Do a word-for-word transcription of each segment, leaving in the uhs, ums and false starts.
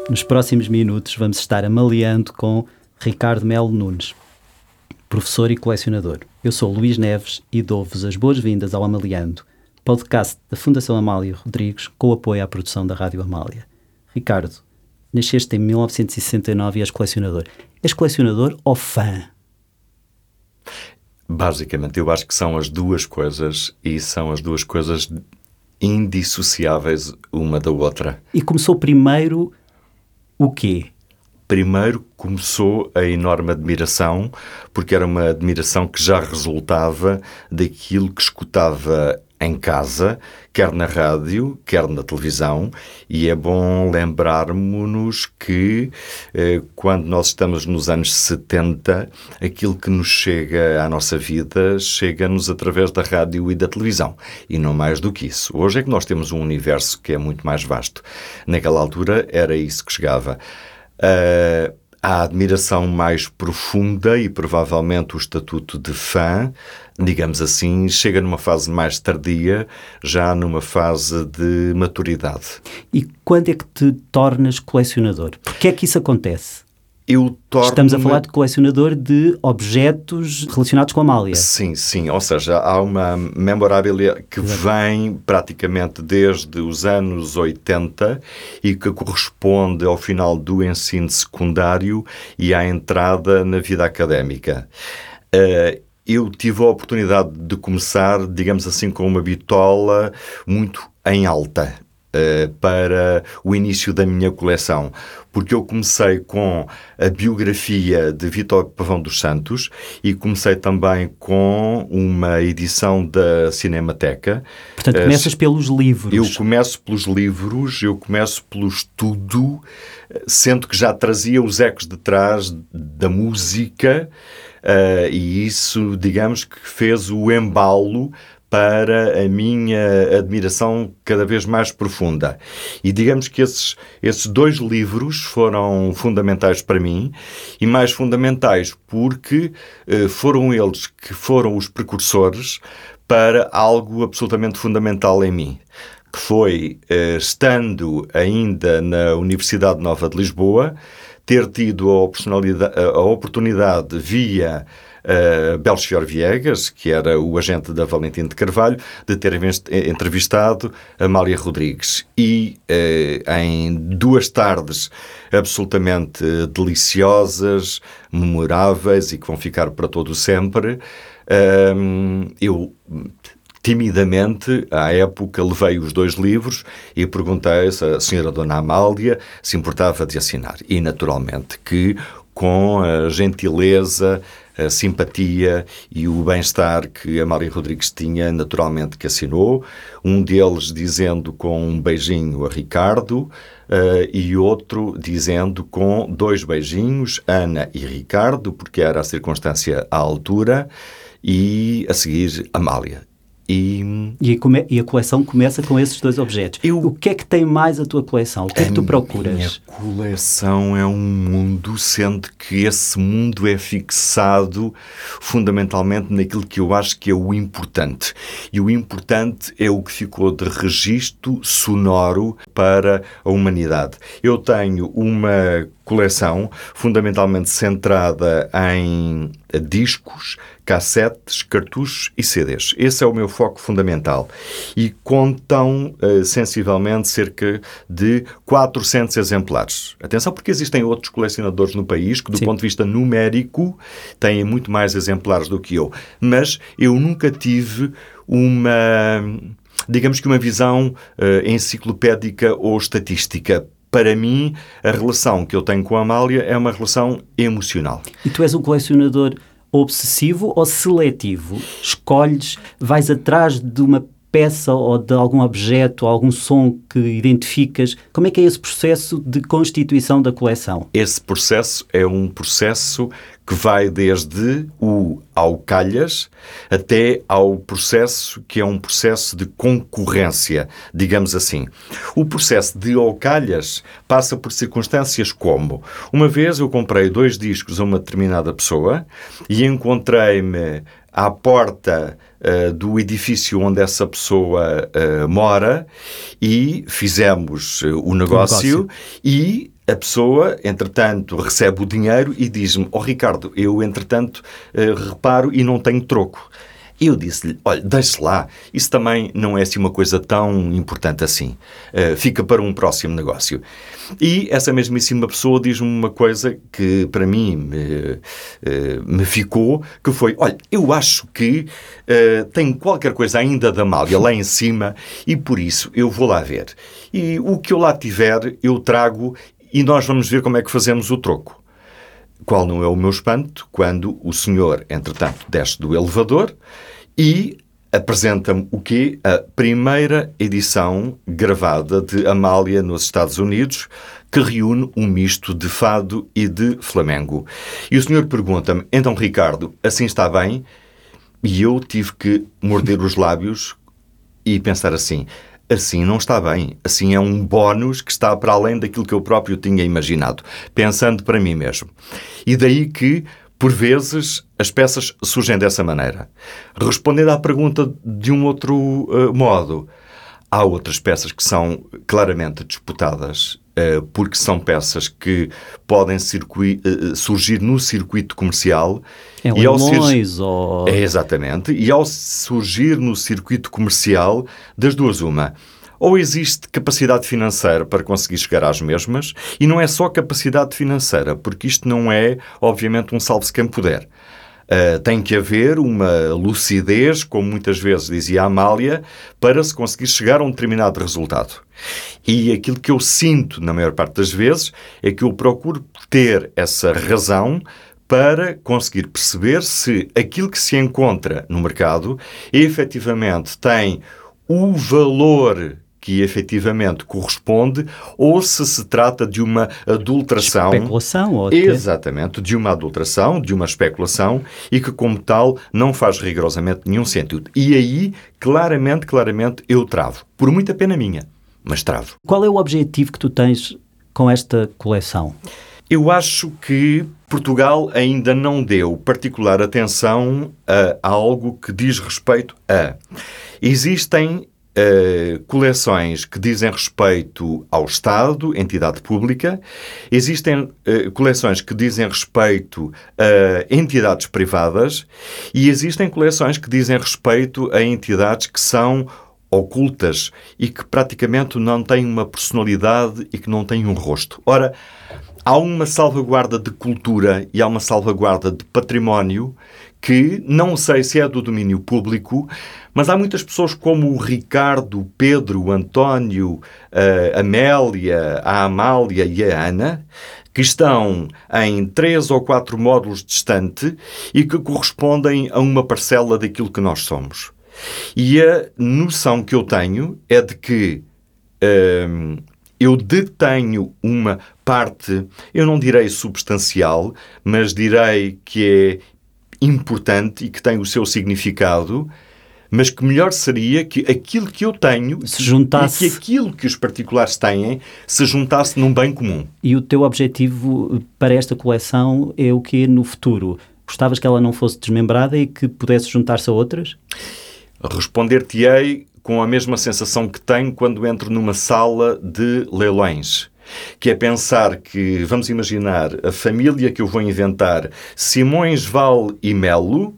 Nos próximos minutos vamos estar amaliando com Ricardo Melo Nunes, professor e colecionador. Eu sou Luís Neves e dou-vos as boas-vindas ao Amaliando, podcast da Fundação Amália Rodrigues, com o apoio à produção da Rádio Amália. Ricardo, nasceste em mil novecentos e sessenta e nove e és colecionador. És colecionador ou fã? Basicamente, eu acho que são as duas coisas, e são as duas coisas indissociáveis uma da outra. E começou primeiro o quê? Primeiro começou a enorme admiração, porque era uma admiração que já resultava daquilo que escutava em casa, quer na rádio, quer na televisão, e é bom lembrarmos-nos que eh, quando nós estamos nos anos setenta, aquilo que nos chega à nossa vida chega-nos através da rádio e da televisão, e não mais do que isso. Hoje é que nós temos um universo que é muito mais vasto. Naquela altura era isso que chegava. Uh, a admiração mais profunda e provavelmente o estatuto de fã, digamos assim, chega numa fase mais tardia, já numa fase de maturidade. E quando é que te tornas colecionador? Porquê é que isso acontece? Eu torno-me... Estamos a falar de colecionador de objetos relacionados com a Amália. Sim, sim. Ou seja, há uma memorabilia que Exato. Vem praticamente desde os anos oitenta e que corresponde ao final do ensino secundário e à entrada na vida académica. Uh, eu tive a oportunidade de começar, digamos assim, com uma bitola muito em alta. Uh, para o início da minha coleção, porque eu comecei com a biografia de Vítor Pavão dos Santos e comecei também com uma edição da Cinemateca. Portanto, uh, começas pelos livros. Eu começo pelos livros, eu começo pelo estudo, sendo que já trazia os ecos de trás da música, uh, e isso, digamos, que fez o embalo para a minha admiração cada vez mais profunda. E digamos que esses, esses dois livros foram fundamentais para mim, e mais fundamentais porque eh, foram eles que foram os precursores para algo absolutamente fundamental em mim, que foi, eh, estando ainda na Universidade Nova de Lisboa, ter tido a oportunidade, a oportunidade via Uh, Belchior Viegas, que era o agente da Valentim de Carvalho, de ter entrevistado Amália Rodrigues. E uh, em duas tardes absolutamente deliciosas, memoráveis e que vão ficar para todo sempre, uh, eu... timidamente, à época, levei os dois livros e perguntei se a senhora Dona Amália se importava de assinar. E, naturalmente, que com a gentileza, a simpatia e o bem-estar que a Amália Rodrigues tinha, naturalmente que assinou. Um deles dizendo com um beijinho a Ricardo, uh, e outro dizendo com dois beijinhos, Ana e Ricardo, porque era a circunstância à altura, e a seguir Amália. E... E, a come... e a coleção começa com esses dois objetos. Eu... O que é que tem mais a tua coleção? O que é que tu procuras? A minha coleção é um mundo, sendo que esse mundo é fixado fundamentalmente naquilo que eu acho que é o importante. E o importante é o que ficou de registro sonoro para a humanidade. Eu tenho uma coleção fundamentalmente centrada em discos, cassetes, cartuchos e C Ds. Esse é o meu foco fundamental. E contam uh, sensivelmente cerca de quatrocentos exemplares. Atenção, porque existem outros colecionadores no país que, do Sim. ponto de vista numérico, têm muito mais exemplares do que eu. Mas eu nunca tive uma, digamos que uma visão uh, enciclopédica ou estatística. Para mim, a relação que eu tenho com a Amália é uma relação emocional. E tu és um colecionador obsessivo ou seletivo? Escolhes, vais atrás de uma peça ou de algum objeto, ou algum som que identificas? Como é que é esse processo de constituição da coleção? Esse processo é um processo que vai desde o ao calhas até ao processo que é um processo de concorrência, digamos assim. O processo de ao calhas passa por circunstâncias como: uma vez eu comprei dois discos a uma determinada pessoa e encontrei-me à porta uh, do edifício onde essa pessoa uh, mora e fizemos uh, o negócio, o negócio. E a pessoa, entretanto, recebe o dinheiro e diz-me, ó oh, Ricardo, eu, entretanto, uh, reparo e não tenho troco. E eu disse-lhe, olha, deixe lá, isso também não é assim uma coisa tão importante assim. Uh, fica para um próximo negócio. E essa mesmíssima pessoa diz-me uma coisa que para mim me, uh, me ficou, que foi, olha, eu acho que uh, tem qualquer coisa ainda da Amália lá em cima e por isso eu vou lá ver. E o que eu lá tiver, eu trago e nós vamos ver como é que fazemos o troco. Qual não é o meu espanto quando o senhor, entretanto, desce do elevador e apresenta-me o quê? A primeira edição gravada de Amália nos Estados Unidos, que reúne um misto de fado e de flamengo. E o senhor pergunta-me, então, Ricardo, assim está bem? E eu tive que morder os lábios e pensar assim, assim não está bem, assim é um bónus que está para além daquilo que eu próprio tinha imaginado, pensando para mim mesmo. E daí que, por vezes, as peças surgem dessa maneira. Respondendo à pergunta de um outro uh, modo, há outras peças que são claramente disputadas, uh, porque são peças que podem circuit, uh, surgir no circuito comercial. É e ao Leilões sur... ou... É, exatamente. E ao surgir no circuito comercial, das duas uma. Ou existe capacidade financeira para conseguir chegar às mesmas, e não é só capacidade financeira, porque isto não é, obviamente, um salve-se quem puder. Uh, tem que haver uma lucidez, como muitas vezes dizia a Amália, para se conseguir chegar a um determinado resultado. E aquilo que eu sinto, na maior parte das vezes, é que eu procuro ter essa razão para conseguir perceber se aquilo que se encontra no mercado efetivamente tem o valor que efetivamente corresponde ou se se trata de uma adulteração. Especulação. Ou exatamente, de uma adulteração, de uma especulação e que, como tal, não faz rigorosamente nenhum sentido. E aí, claramente, claramente, eu travo. Por muita pena minha, mas travo. Qual é o objetivo que tu tens com esta coleção? Eu acho que Portugal ainda não deu particular atenção a, a algo que diz respeito a... Existem Uh, coleções que dizem respeito ao Estado, entidade pública. Existem uh, coleções que dizem respeito a entidades privadas e existem coleções que dizem respeito a entidades que são ocultas e que praticamente não têm uma personalidade e que não têm um rosto. Ora, há uma salvaguarda de cultura e há uma salvaguarda de património que não sei se é do domínio público, mas há muitas pessoas como o Ricardo, o Pedro, o António, a Amélia, a Amália e a Ana, que estão em três ou quatro módulos distante e que correspondem a uma parcela daquilo que nós somos. E a noção que eu tenho é de que hum, eu detenho uma parte, eu não direi substancial, mas direi que é importante e que tem o seu significado, mas que melhor seria que aquilo que eu tenho se juntasse... e que aquilo que os particulares têm se juntasse num bem comum. E o teu objetivo para esta coleção é o quê no futuro? Gostavas que ela não fosse desmembrada e que pudesse juntar-se a outras? Responder-te-ei com a mesma sensação que tenho quando entro numa sala de leilões, que é pensar que, vamos imaginar, a família que eu vou inventar, Simões, Val e Melo,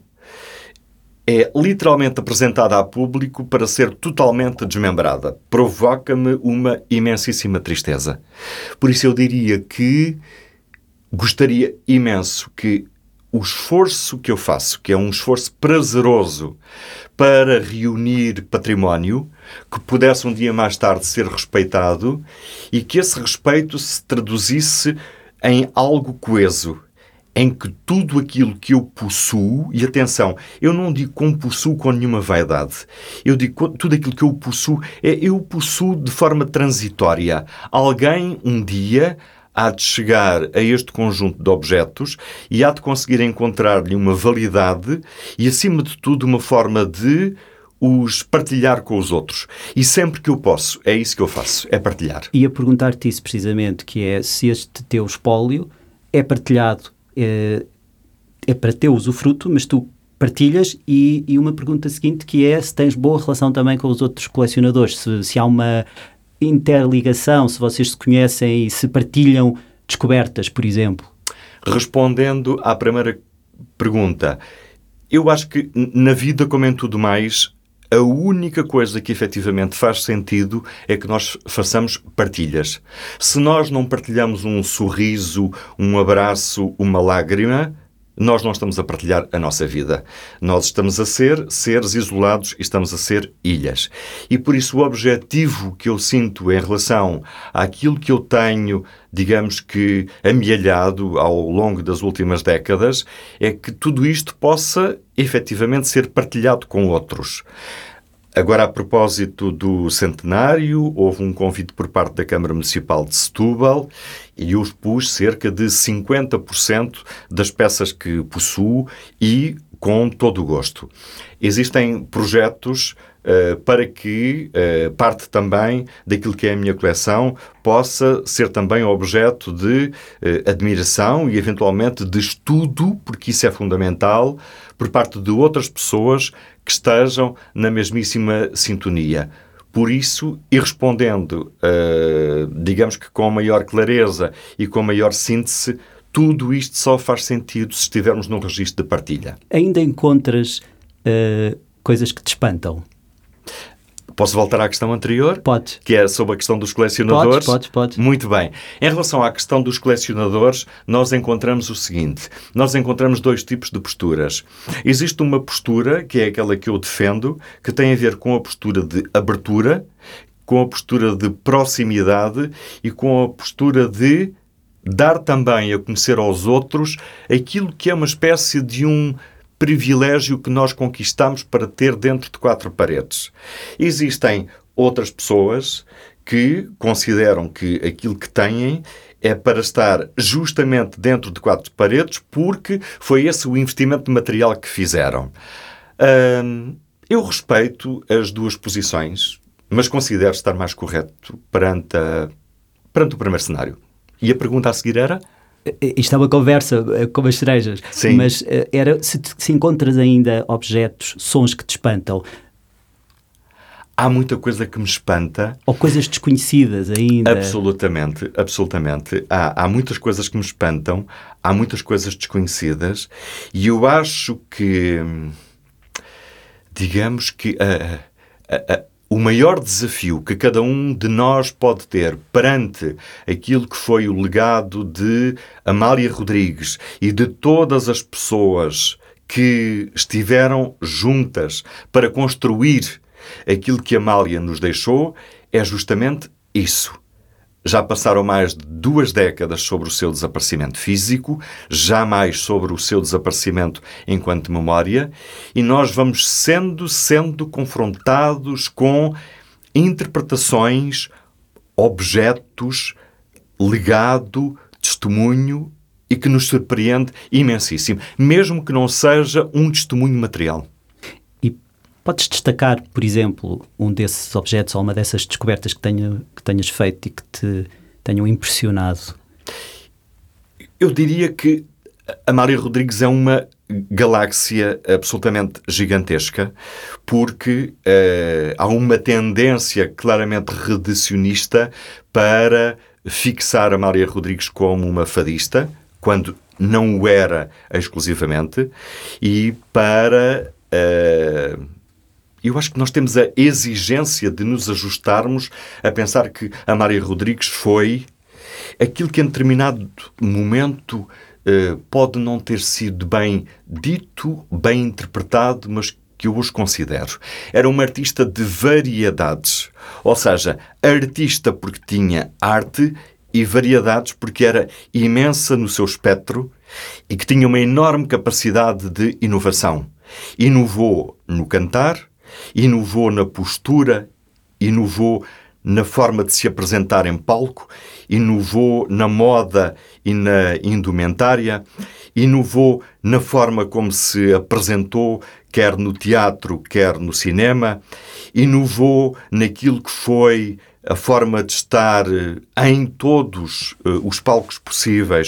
é literalmente apresentada a público para ser totalmente desmembrada. Provoca-me uma imensíssima tristeza. Por isso eu diria que gostaria imenso que o esforço que eu faço, que é um esforço prazeroso para reunir património, que pudesse um dia mais tarde ser respeitado e que esse respeito se traduzisse em algo coeso, em que tudo aquilo que eu possuo, e atenção, eu não digo como possuo com nenhuma vaidade, eu digo tudo aquilo que eu possuo, é eu possuo de forma transitória. Alguém um dia há de chegar a este conjunto de objetos e há de conseguir encontrar-lhe uma validade e, acima de tudo, uma forma de os partilhar com os outros. E sempre que eu posso, é isso que eu faço, é partilhar. E a perguntar-te isso precisamente, que é se este teu espólio é partilhado, é, é para teu usufruto, mas tu partilhas, e, e uma pergunta seguinte que é se tens boa relação também com os outros colecionadores, se, se há uma interligação, se vocês se conhecem e se partilham descobertas, por exemplo. Respondendo à primeira pergunta, eu acho que na vida, como em tudo mais, a única coisa que efetivamente faz sentido é que nós façamos partilhas. Se nós não partilhamos um sorriso, um abraço, uma lágrima, nós não estamos a partilhar a nossa vida. Nós estamos a ser seres isolados e estamos a ser ilhas. E por isso o objetivo que eu sinto em relação àquilo que eu tenho, digamos que amealhado ao longo das últimas décadas, é que tudo isto possa efetivamente ser partilhado com outros. Agora, a propósito do centenário, houve um convite por parte da Câmara Municipal de Setúbal e eu expus cerca de cinquenta por cento das peças que possuo e com todo o gosto. Existem projetos uh, para que uh, parte também daquilo que é a minha coleção possa ser também objeto de uh, admiração e, eventualmente, de estudo, porque isso é fundamental, por parte de outras pessoas que estejam na mesmíssima sintonia. Por isso, e respondendo, uh, digamos que com maior clareza e com maior síntese, tudo isto só faz sentido se estivermos num registro de partilha. Ainda encontras uh, coisas que te espantam? Posso voltar à questão anterior? Pode. Que é sobre a questão dos colecionadores? Pode, pode, pode. Muito bem. Em relação à questão dos colecionadores, nós encontramos o seguinte. Nós encontramos dois tipos de posturas. Existe uma postura, que é aquela que eu defendo, que tem a ver com a postura de abertura, com a postura de proximidade e com a postura de dar também a conhecer aos outros aquilo que é uma espécie de um privilégio que nós conquistamos para ter dentro de quatro paredes. Existem outras pessoas que consideram que aquilo que têm é para estar justamente dentro de quatro paredes porque foi esse o investimento material que fizeram. Hum, eu respeito as duas posições, mas considero estar mais correto perante, a, perante o primeiro cenário. E a pergunta a seguir era? Isto é uma conversa como as cerejas. Sim. Mas era se, se encontras ainda objetos, sons que te espantam. Há muita coisa que me espanta. Ou coisas desconhecidas ainda. Absolutamente, absolutamente. Há, há muitas coisas que me espantam, há muitas coisas desconhecidas e eu acho que, digamos que a, a, a, o maior desafio que cada um de nós pode ter perante aquilo que foi o legado de Amália Rodrigues e de todas as pessoas que estiveram juntas para construir aquilo que Amália nos deixou é justamente isso. Já passaram mais de duas décadas sobre o seu desaparecimento físico, já mais sobre o seu desaparecimento enquanto memória, e nós vamos sendo, sendo confrontados com interpretações, objetos, legado, testemunho, e que nos surpreende imensíssimo, mesmo que não seja um testemunho material. Podes destacar, por exemplo, um desses objetos ou uma dessas descobertas que, tenha, que tenhas feito e que te tenham impressionado? Eu diria que Amália Rodrigues é uma galáxia absolutamente gigantesca porque uh, há uma tendência claramente reducionista para fixar Amália Rodrigues como uma fadista, quando não o era exclusivamente, e para... Uh, Eu acho que nós temos a exigência de nos ajustarmos a pensar que Amália Rodrigues foi aquilo que em determinado momento eh, pode não ter sido bem dito, bem interpretado, mas que eu hoje considero. Era uma artista de variedades. Ou seja, artista porque tinha arte e variedades porque era imensa no seu espectro e que tinha uma enorme capacidade de inovação. Inovou no cantar, inovou na postura, inovou na forma de se apresentar em palco, inovou na moda e na indumentária, inovou na forma como se apresentou, quer no teatro, quer no cinema, inovou naquilo que foi a forma de estar em todos uh, os palcos possíveis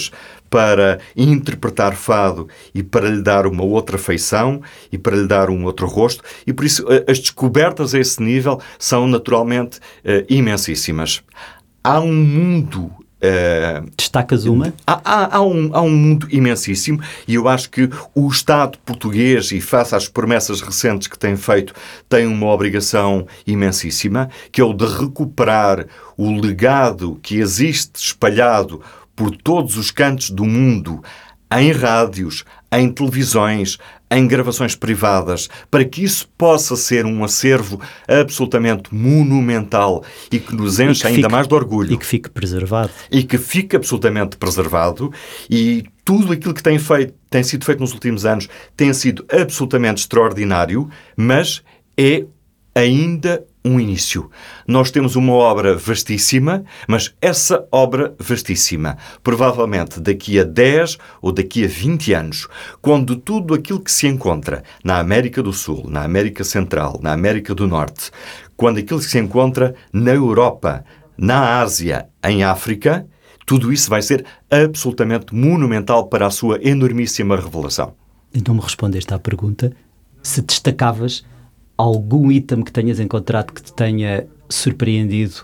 para interpretar fado e para lhe dar uma outra feição e para lhe dar um outro rosto, e por isso as descobertas a esse nível são naturalmente uh, imensíssimas. Há um mundo... Uh, Destacas uma? Há, há, há, um, há um mundo imensíssimo, e eu acho que o Estado português, e face às promessas recentes que tem feito, tem uma obrigação imensíssima, que é o de recuperar o legado que existe espalhado por todos os cantos do mundo, em rádios, em televisões, em gravações privadas, para que isso possa ser um acervo absolutamente monumental e que nos enche ainda fique, mais de orgulho. E que fique preservado. E que fique absolutamente preservado, e tudo aquilo que tem, feito, tem sido feito nos últimos anos tem sido absolutamente extraordinário, mas é ainda um início. Nós temos uma obra vastíssima, mas essa obra vastíssima, provavelmente daqui a dez ou daqui a vinte anos, quando tudo aquilo que se encontra na América do Sul, na América Central, na América do Norte, quando aquilo que se encontra na Europa, na Ásia, em África, tudo isso vai ser absolutamente monumental para a sua enormíssima revelação. E não me respondeste à pergunta se destacavas algum item que tenhas encontrado que te tenha surpreendido?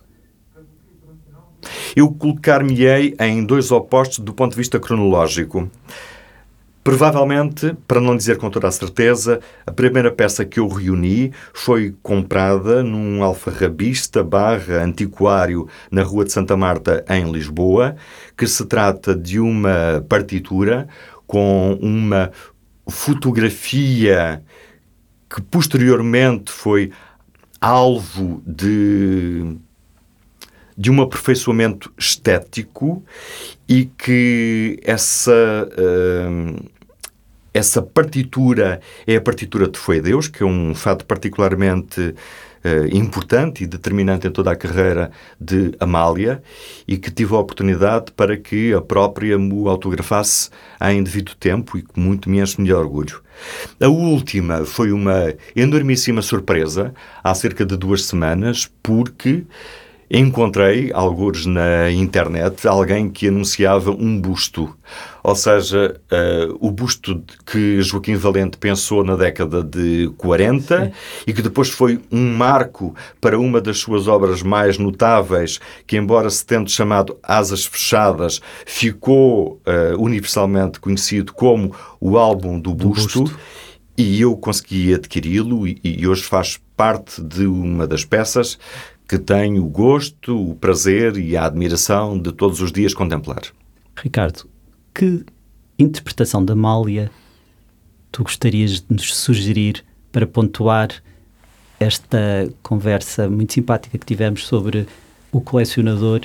Eu colocar-me-ei em dois opostos do ponto de vista cronológico. Provavelmente, para não dizer com toda a certeza, a primeira peça que eu reuni foi comprada num alfarrabista barra antiquário na Rua de Santa Marta, em Lisboa, que se trata de uma partitura com uma fotografia que posteriormente foi alvo de, de um aperfeiçoamento estético, e que essa, uh, essa partitura é a partitura de Foi Deus, que é um fato particularmente uh, importante e determinante em toda a carreira de Amália, e que tive a oportunidade para que a própria me autografasse em devido tempo, e que muito me enche de orgulho. A última foi uma enormíssima surpresa, há cerca de duas semanas, porque encontrei, algures na internet, alguém que anunciava um busto. Ou seja, uh, o busto que Joaquim Valente pensou na década de quarenta, sim, e que depois foi um marco para uma das suas obras mais notáveis, que, embora se tendo chamado Asas Fechadas, ficou uh, universalmente conhecido como o álbum do busto. Do busto. E eu consegui adquiri-lo, e, e hoje faz parte de uma das peças que tenho o gosto, o prazer e a admiração de todos os dias contemplar. Ricardo, que interpretação da Amália tu gostarias de nos sugerir para pontuar esta conversa muito simpática que tivemos sobre o colecionador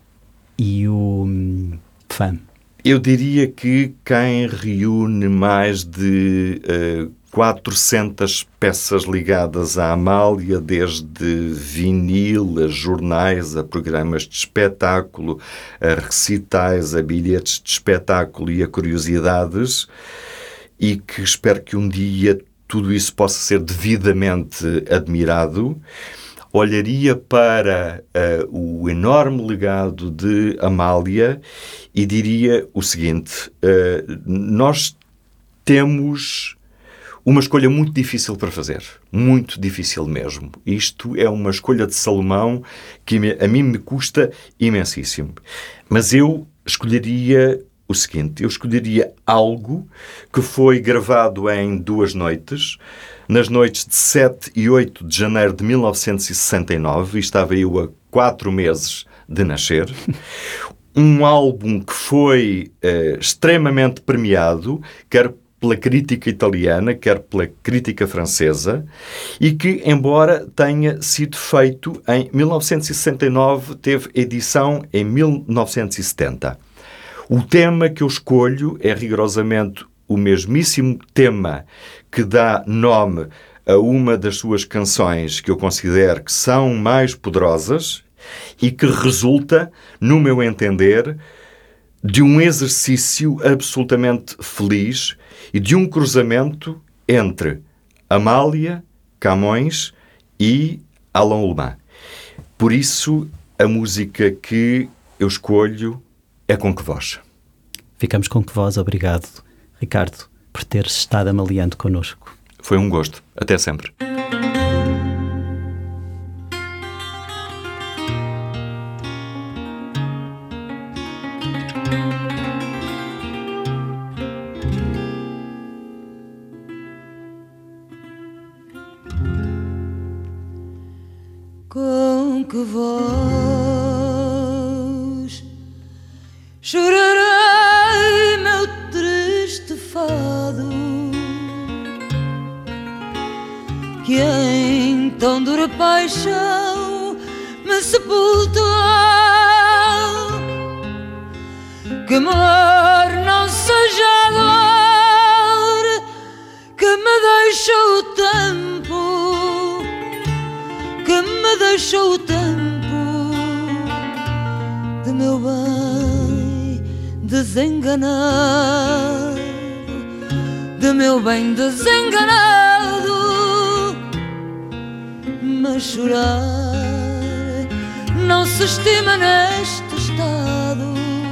e o hum, fã? Eu diria que quem reúne mais de uh, quatrocentas peças ligadas à Amália, desde vinil, a jornais, a programas de espetáculo, a recitais, a bilhetes de espetáculo e a curiosidades, e que espero que um dia tudo isso possa ser devidamente admirado, olharia para uh, o enorme legado de Amália e diria o seguinte: uh, nós temos uma escolha muito difícil para fazer, muito difícil mesmo. Isto é uma escolha de Salomão que me, a mim me custa imensíssimo. Mas eu escolheria o seguinte: eu escolheria algo que foi gravado em duas noites, nas noites de sete e oito de janeiro de mil novecentos e sessenta e nove, e estava eu a quatro meses de nascer. Um álbum que foi uh, extremamente premiado, quer pela crítica italiana, quer pela crítica francesa, e que, embora tenha sido feito em mil novecentos e sessenta e nove, teve edição em mil novecentos e setenta. O tema que eu escolho é rigorosamente o mesmíssimo tema que dá nome a uma das suas canções que eu considero que são mais poderosas e que resulta, no meu entender, de um exercício absolutamente feliz e de um cruzamento entre Amália, Camões e Alain Ullmann. Por isso, a música que eu escolho é Com Que Voz. Ficamos com que voz. Obrigado, Ricardo, por teres estado amaliando connosco. Foi um gosto. Até sempre. Com que voz chorarei meu triste fado, que em tão dura paixão me sepultou, que amor não seja a dor que me deixou o tempo, que me deixou o tempo de meu bem desenganado, de meu bem desenganado. Mas chorar não se estima neste estado,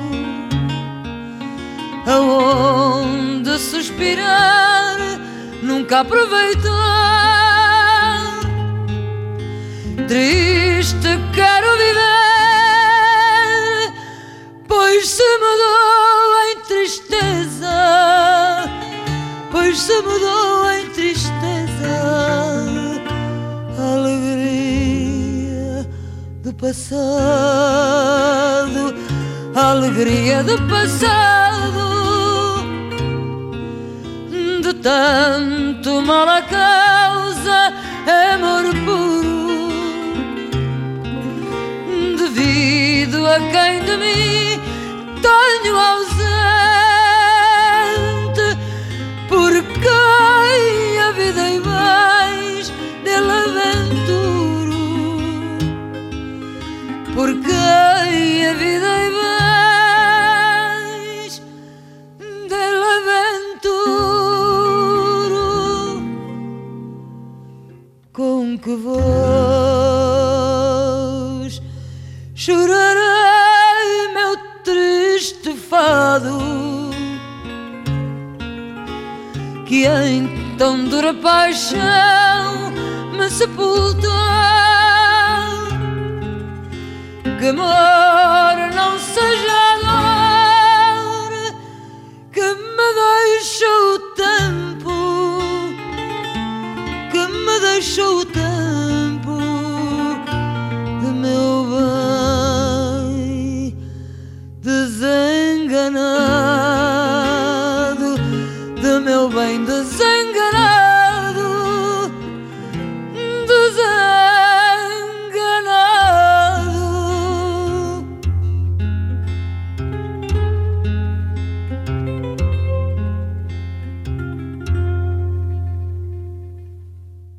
aonde suspirar nunca aproveitou. Triste quero viver, pois se mudou em tristeza, pois se mudou em tristeza a alegria do passado, a alegria do passado, de tanto mal a causa, amor puro, devido a quem de mim tenho ausente, por quem a vida e bens dele aventuro, por quem a vida e bens dele aventuro. Com que voz chorarei meu triste fado, que em tão dura paixão me sepultou, que amor não seja a dor que me deixou o tempo, que me deixou o tempo de meu bem desenganado, de meu bem desenganado.